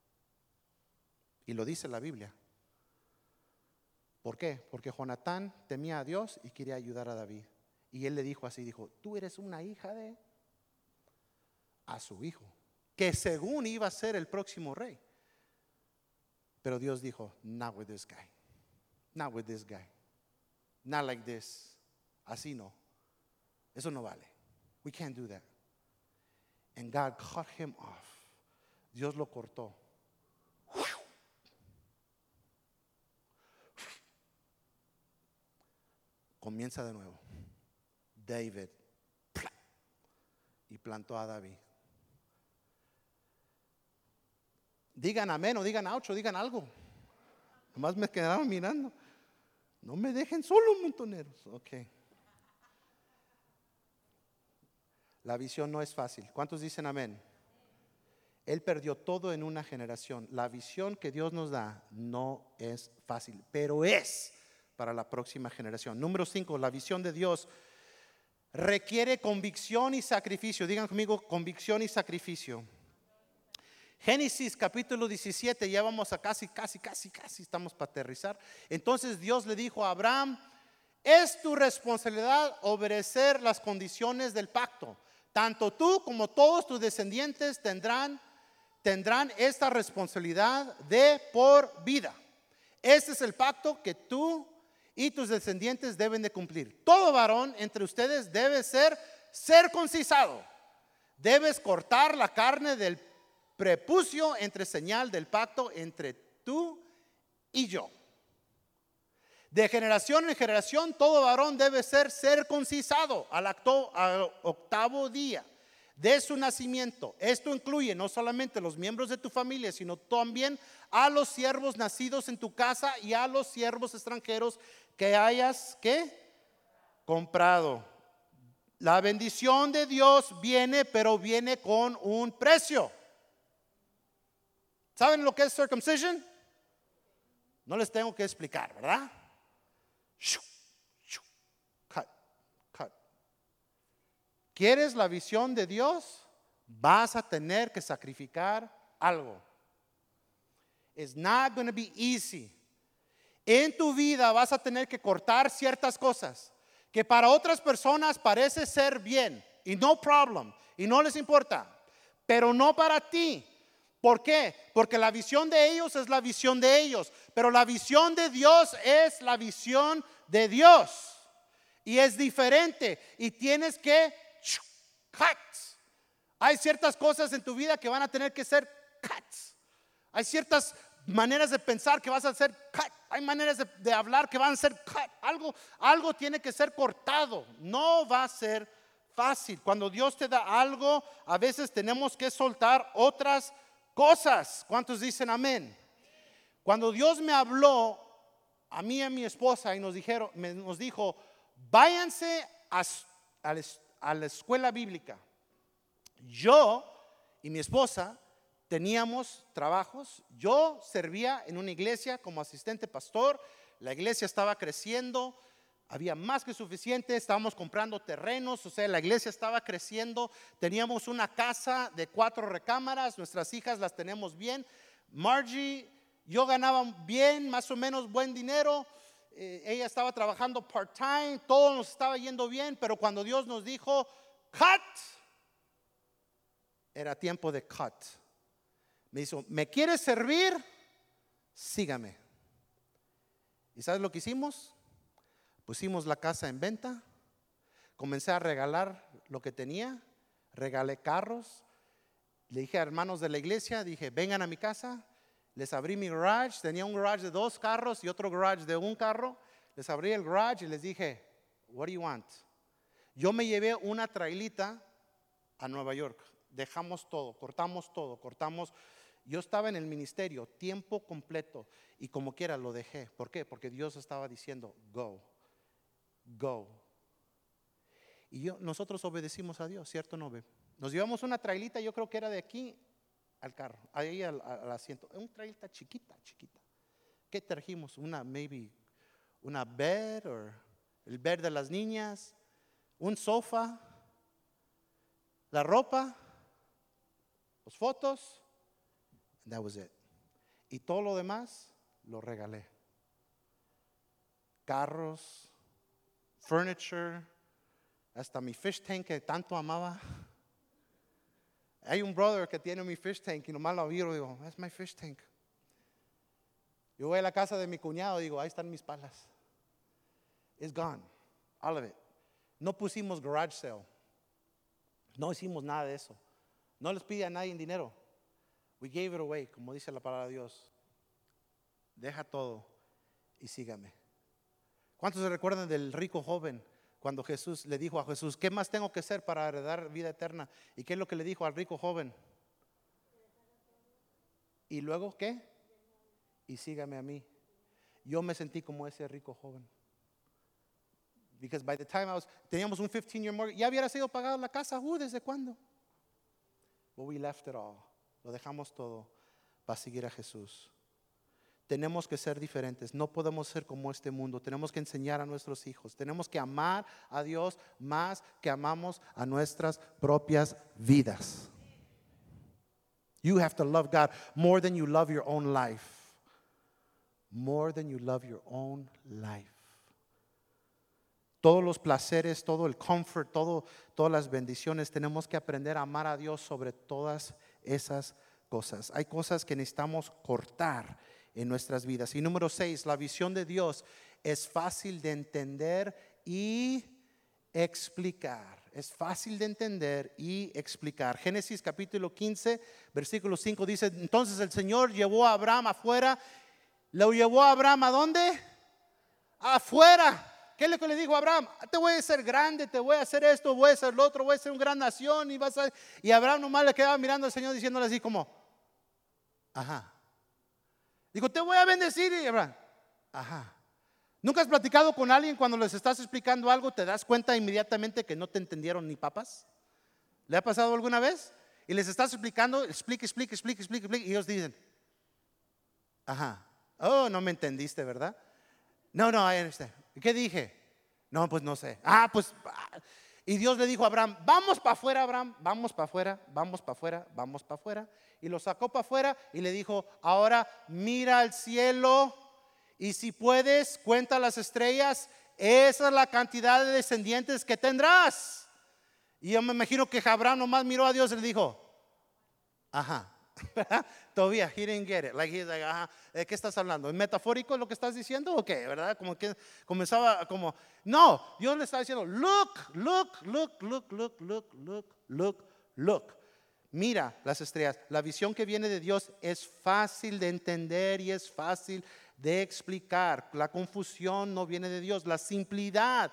Y lo dice la Biblia. ¿Por qué? Porque Jonatán temía a Dios y quería ayudar a David. Y él le dijo así, dijo, tú eres una hija de... a su hijo, que según iba a ser el próximo rey. Pero Dios dijo, not with this guy. Not with this guy. Not like this. Así no. Eso no vale. We can't do that. And God cut him off. Dios lo cortó. Comienza de nuevo. David. Y plantó a David. Digan amén o digan ouch o digan algo. Nomás me quedaron mirando. No me dejen solo, montoneros. Ok. La visión no es fácil. ¿Cuántos dicen amén? Él perdió todo en una generación. La visión que Dios nos da no es fácil, pero es para la próxima generación. Número 5, la visión de Dios requiere convicción y sacrificio. Digan conmigo, convicción y sacrificio. Génesis capítulo 17, ya vamos a casi estamos para aterrizar. Entonces Dios le dijo a Abraham, Es tu responsabilidad obedecer las condiciones del pacto. Tanto tú como todos tus descendientes tendrán esta responsabilidad de por vida. Este es el pacto que tú y tus descendientes deben de cumplir. Todo varón entre ustedes debe ser circuncisado. Debes cortar la carne del prepucio entre señal del pacto entre tú y yo. De generación en generación, todo varón debe ser circuncisado al octavo día de su nacimiento. Esto incluye no solamente los miembros de tu familia, sino también a los siervos nacidos en tu casa y a los siervos extranjeros que hayas comprado. La bendición de Dios viene, pero viene con un precio. ¿Saben lo que es circumcision? No les tengo que explicar, ¿verdad? Cut. ¿Quieres la visión de Dios? Vas a tener que sacrificar algo. It's not going to be easy. En tu vida vas a tener que cortar ciertas cosas que para otras personas parece ser bien y no problem y no les importa, pero no para ti. ¿Por qué? Porque la visión de ellos es la visión de ellos, pero la visión de Dios es la visión de Dios y es diferente y tienes que cut. Hay ciertas cosas en tu vida que van a tener que ser cuts. Hay ciertas maneras de pensar que vas a hacer cut. Hay maneras de hablar que van a ser cut. Algo tiene que ser cortado. No va a ser fácil. Cuando Dios te da algo, a veces tenemos que soltar otras cosas. ¿Cuántos dicen amén? Cuando Dios me habló a mí y a mi esposa y nos dijo, váyanse a la escuela bíblica. Yo y mi esposa teníamos trabajos. Yo servía en una iglesia como asistente pastor. La iglesia estaba creciendo. Había más que suficiente. Estábamos comprando terrenos. O sea, la iglesia estaba creciendo. Teníamos una casa de 4 recámaras. Nuestras hijas las tenemos bien. Margie, yo ganaba bien, más o menos buen dinero. Ella estaba trabajando part-time. Todo nos estaba yendo bien. Pero cuando Dios nos dijo, cut, era tiempo de cut. Me dijo, ¿me quieres servir? Sígame. ¿Y sabes lo que hicimos? Pusimos la casa en venta. Comencé a regalar lo que tenía. Regalé carros. Le dije a hermanos de la iglesia, dije, vengan a mi casa. Les abrí mi garage. Tenía un garage de 2 carros y otro garage de 1 carro. Les abrí el garage y les dije, what do you want? Yo me llevé una trailita a Nueva York. Dejamos todo, cortamos todo, Yo estaba en el ministerio tiempo completo y como quiera lo dejé. ¿Por qué? Porque Dios estaba diciendo, go. Y nosotros obedecimos a Dios, ¿cierto o no? Nos llevamos una trailita, yo creo que era de aquí al carro, ahí al asiento. Una trailita chiquita. ¿Qué trajimos? Una bed, o el bed de las niñas, un sofá, la ropa, las fotos. And that was it. Y todo lo demás lo regalé. Carros, furniture, hasta mi fish tank que tanto amaba. Hay un brother que tiene mi fish tank y nomás lo miro y digo, that's my fish tank. Yo voy a la casa de mi cuñado y digo, ahí están mis palas. It's gone, all of it. No pusimos garage sale. No hicimos nada de eso. No les pide a nadie dinero. We gave it away, como dice la palabra de Dios. Deja todo y sígame. ¿Cuántos se recuerdan del rico joven cuando Jesús le dijo a Jesús, ¿qué más tengo que hacer para heredar vida eterna? ¿Y qué es lo que le dijo al rico joven? ¿Y luego qué? Y sígame a mí. Yo me sentí como ese rico joven. Because by the time teníamos un 15-year mortgage, ya hubiera sido pagada la casa. ¿Desde cuándo? But we left it all. Lo dejamos todo para seguir a Jesús. Tenemos que ser diferentes. No podemos ser como este mundo. Tenemos que enseñar a nuestros hijos. Tenemos que amar a Dios más que amamos a nuestras propias vidas. You have to love God more than you love your own life. More than you love your own life. todos los placeres, todo el comfort, todas las bendiciones. Tenemos que aprender a amar a Dios sobre todas esas cosas. Hay cosas que necesitamos cortar en nuestras vidas. Y número 6, la visión de Dios es fácil de entender y explicar. Es fácil de entender y explicar. Génesis capítulo 15, versículo 5 dice: entonces el Señor llevó a Abraham afuera. ¿Lo llevó a Abraham a dónde? Afuera. ¿Qué es lo que le dijo a Abraham? Te voy a hacer grande, te voy a hacer esto, voy a hacer lo otro, voy a ser una gran nación. Y Abraham nomás le quedaba mirando al Señor diciéndole así como, ajá. Digo, te voy a bendecir. Y Abraham, ajá. ¿Nunca has platicado con alguien cuando les estás explicando algo, te das cuenta inmediatamente que no te entendieron ni papas? ¿Le ha pasado alguna vez? Y les estás explicando, explica, y ellos dicen, ajá. Oh, no me entendiste, ¿verdad? No, ¿qué dije? No, pues no sé. Pues. Y Dios le dijo a Abraham, vamos para afuera, Abraham, vamos para afuera, vamos para afuera, vamos para afuera. Y lo sacó para afuera y le dijo, ahora mira al cielo y si puedes, cuenta las estrellas. Esa es la cantidad de descendientes que tendrás. Y yo me imagino que Abraham nomás miró a Dios y le dijo, ajá. Todavía, he didn't get it. Like he's like, ajá, ¿de qué estás hablando? ¿Es metafórico lo que estás diciendo o qué? ¿Verdad? Como que comenzaba como, no, Dios le está diciendo, look. Mira las estrellas. La visión que viene de Dios es fácil de entender y es fácil de explicar. La confusión no viene de Dios. La simplicidad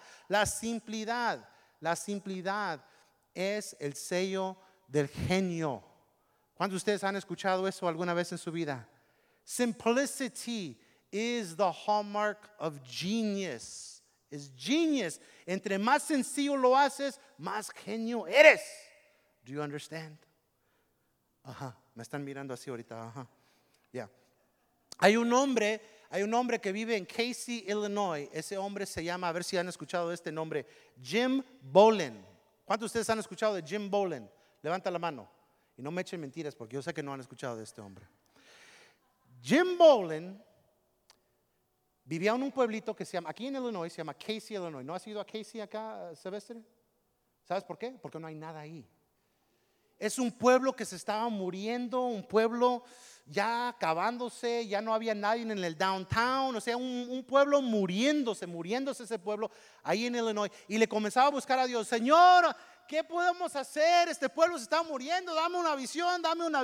es el sello del genio. ¿Cuántos de ustedes han escuchado eso alguna vez en su vida? Simplicity is the hallmark of genius. Es genius. Entre más sencillo lo haces, más genio eres. Do you understand? Ajá, me están mirando así ahorita. Ajá, ya. Hay un hombre que vive en Casey, Illinois. Ese hombre se llama, a ver si han escuchado de este nombre, Jim Bolen. ¿Cuántos de ustedes han escuchado de Jim Bolen? Levanta la mano. Y no me echen mentiras porque yo sé que no han escuchado de este hombre. Jim Bolen vivía en un pueblito que se llama, aquí en Illinois, se llama Casey, Illinois. ¿No has ido a Casey acá, Silvestre? ¿Sabes por qué? Porque no hay nada ahí. Es un pueblo que se estaba muriendo, un pueblo ya acabándose, ya no había nadie en el downtown, o sea, un pueblo muriéndose ese pueblo ahí en Illinois. Y le comenzaba a buscar a Dios, Señor, ¿qué podemos hacer? Este pueblo se está muriendo, dame una visión.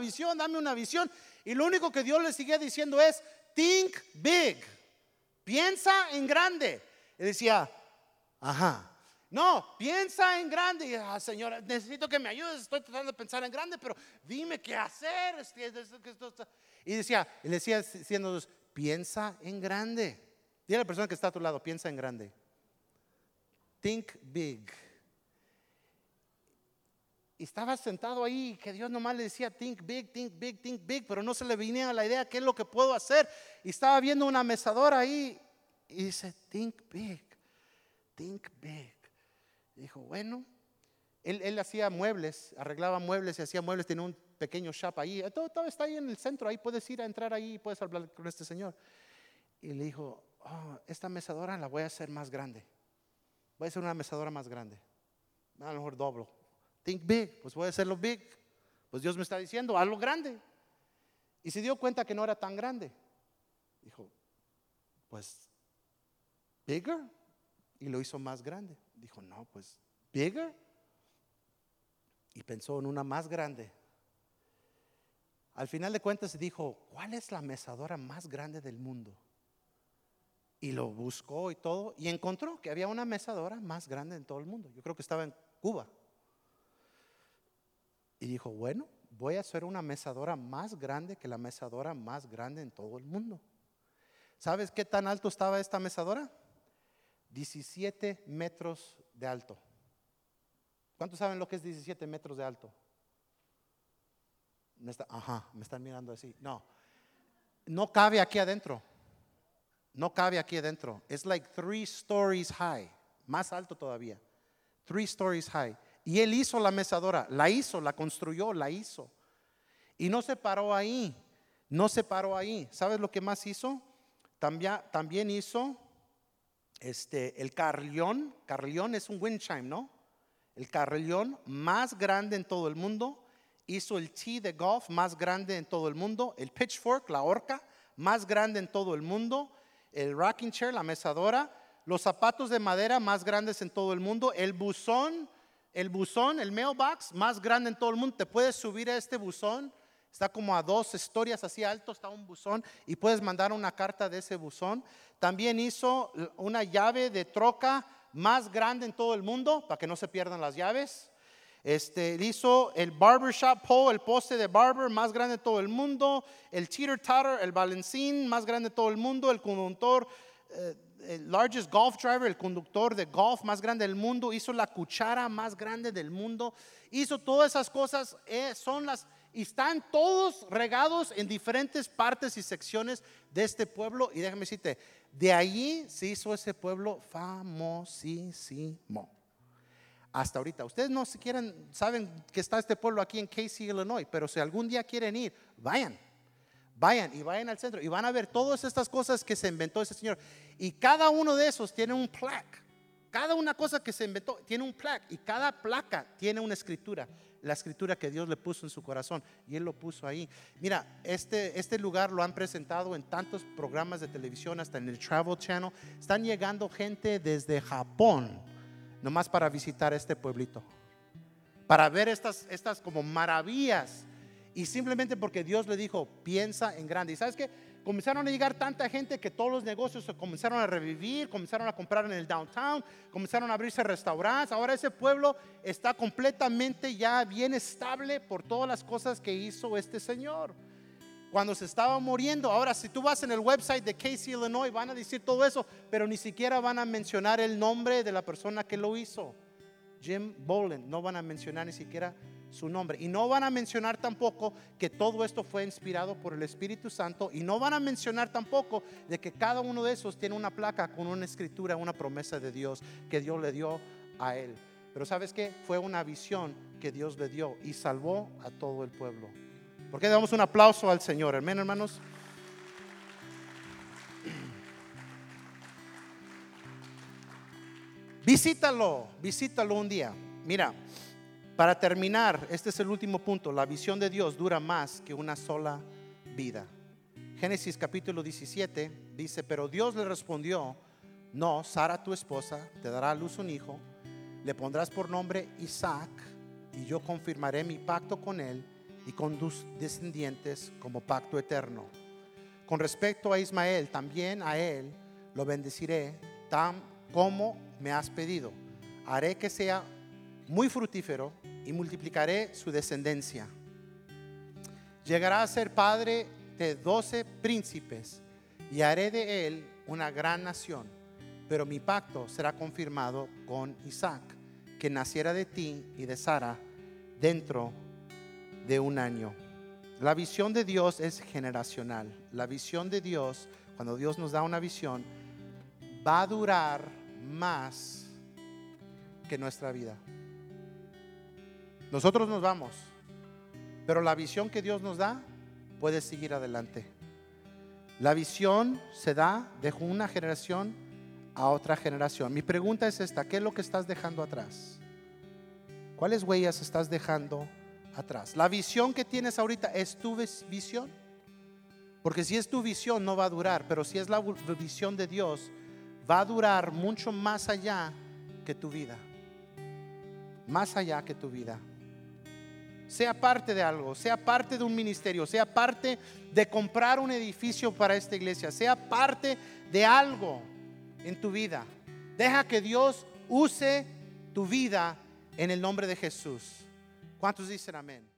Y lo único que Dios le seguía diciendo es, think big, piensa en grande. Y decía, ajá. No, piensa en grande. Y, Señor, necesito que me ayudes. Estoy tratando de pensar en grande, pero dime qué hacer. Y le decía diciendo, piensa en grande. Dile a la persona que está a tu lado, piensa en grande. Think big. Y estaba sentado ahí, que Dios nomás le decía, think big, pero no se le venía a la idea qué es lo que puedo hacer. Y estaba viendo una mecedora ahí y dice, think big. Dijo, bueno, él hacía muebles, arreglaba muebles y hacía muebles, tenía un pequeño shop ahí, todo está ahí en el centro, ahí puedes ir a entrar ahí y puedes hablar con este señor. Y le dijo, esta mecedora la voy a hacer más grande, voy a hacer una mecedora más grande, a lo mejor doblo. Think big, pues voy a hacerlo big, pues Dios me está diciendo, hazlo grande. Y se dio cuenta que no era tan grande. Dijo, pues, bigger. Y lo hizo más grande. Dijo, no, pues, bigger. Y pensó en una más grande. Al final de cuentas dijo, ¿cuál es la mecedora más grande del mundo? Y lo buscó y todo, y encontró que había una mecedora más grande en todo el mundo. Yo creo que estaba en Cuba. Y dijo, bueno, voy a hacer una mecedora más grande que la mecedora más grande en todo el mundo. ¿Sabes qué tan alto estaba esta mecedora? 17 metros de alto. ¿Cuántos saben lo que es 17 metros de alto? Me están mirando así. No cabe aquí adentro. Es like 3 stories high. Más alto todavía. 3 stories high. Y él hizo la mecedora. La construyó. Y no se paró ahí. ¿Sabes lo que más hizo? También hizo el carillón es un wind chime, ¿no? El carillón más grande en todo el mundo. Hizo el tee de golf más grande en todo el mundo. El pitchfork, la horca, más grande en todo el mundo. El rocking chair, la mecedora. Los zapatos de madera más grandes en todo el mundo. El buzón, el mailbox más grande en todo el mundo. Te puedes subir a este buzón. Está como a 2 stories así alto, está un buzón y puedes mandar una carta de ese buzón. También hizo una llave de troca más grande en todo el mundo para que no se pierdan las llaves. Hizo el barbershop pole, el poste de barber más grande de todo el mundo. El teeter-totter, el balancín más grande de todo el mundo. El conductor, el largest golf driver, el conductor de golf más grande del mundo. Hizo la cuchara más grande del mundo. Hizo todas esas cosas, y están todos regados en diferentes partes y secciones de este pueblo. Y déjame decirte, de allí se hizo ese pueblo famosísimo. Hasta ahorita, ustedes no saben que está este pueblo aquí en Casey, Illinois, pero si algún día quieren ir, vayan y vayan al centro y van a ver todas estas cosas que se inventó ese señor. Y cada uno de esos tiene un plaque. Cada una cosa que se inventó tiene un plaque y cada placa tiene una escritura. La escritura que Dios le puso en su corazón y Él lo puso ahí. Mira, este lugar lo han presentado en tantos programas de televisión, hasta en el Travel Channel. Están llegando gente desde Japón nomás para visitar este pueblito, para ver estas como maravillas, y simplemente porque Dios le dijo, piensa en grande. Y ¿sabes qué? Comenzaron a llegar tanta gente que todos los negocios se comenzaron a revivir, comenzaron a comprar en el downtown, comenzaron a abrirse restaurantes. Ahora ese pueblo está completamente ya bien estable por todas las cosas que hizo este señor cuando se estaba muriendo. Ahora, si tú vas en el website de Casey, Illinois, van a decir todo eso, pero ni siquiera van a mencionar el nombre de la persona que lo hizo. Jim Boland, no van a mencionar ni siquiera su nombre, y no van a mencionar tampoco que todo esto fue inspirado por el Espíritu Santo, y no van a mencionar tampoco de que cada uno de esos tiene una placa con una escritura, una promesa de Dios que Dios le dio a él. Pero ¿sabes qué? Fue una visión que Dios le dio y salvó a todo el pueblo. ¿Por qué damos un aplauso al Señor? Amén, hermanos. Visítalo un día. Mira, para terminar, este es el último punto. La visión de Dios dura más que una sola vida. Génesis capítulo 17 dice, pero Dios le respondió, no, Sara tu esposa te dará a luz un hijo, le pondrás por nombre Isaac, y yo confirmaré mi pacto con él y con tus descendientes como pacto eterno. Con respecto a Ismael, también a él lo bendeciré, tan como me has pedido. Haré que sea muy fructífero y multiplicaré su descendencia. Llegará a ser padre de 12 príncipes y haré de él una gran nación. Pero mi pacto será confirmado con Isaac, que naciera de ti y de Sara dentro de un año. La visión de Dios es generacional. La visión de Dios, cuando Dios nos da una visión, va a durar más que nuestra vida. Nosotros nos vamos, pero la visión que Dios nos da puede seguir adelante. La visión se da de una generación a otra generación. Mi pregunta es esta: ¿qué es lo que estás dejando atrás? ¿Cuáles huellas estás dejando atrás? La visión que tienes ahorita, ¿es tu visión? Porque si es tu visión no va a durar, pero si es la visión de Dios, va a durar mucho más allá que tu vida. Más allá que tu vida. Sea parte de algo, sea parte de un ministerio, sea parte de comprar un edificio para esta iglesia, sea parte de algo en tu vida. Deja que Dios use tu vida en el nombre de Jesús. ¿Cuántos dicen amén?